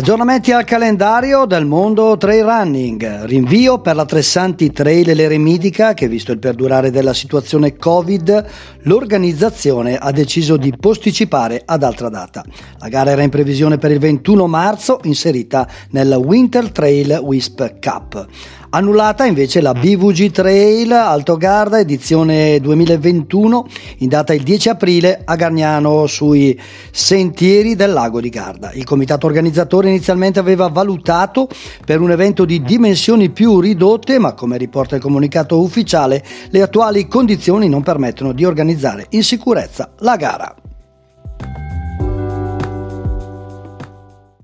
Aggiornamenti al calendario del mondo trail running, rinvio per la Tressanti Trail l'Eremidica che, visto il perdurare della situazione Covid, l'organizzazione ha deciso di posticipare ad altra data. La gara era in previsione per il 21 marzo, inserita nel Winter Trail Wisp Cup. Annullata invece la BVG Trail Alto Garda edizione 2021 in data il 10 aprile a Gargnano sui sentieri del lago di Garda. Il comitato organizzatore inizialmente aveva valutato per un evento di dimensioni più ridotte, ma come riporta il comunicato ufficiale le attuali condizioni non permettono di organizzare in sicurezza la gara.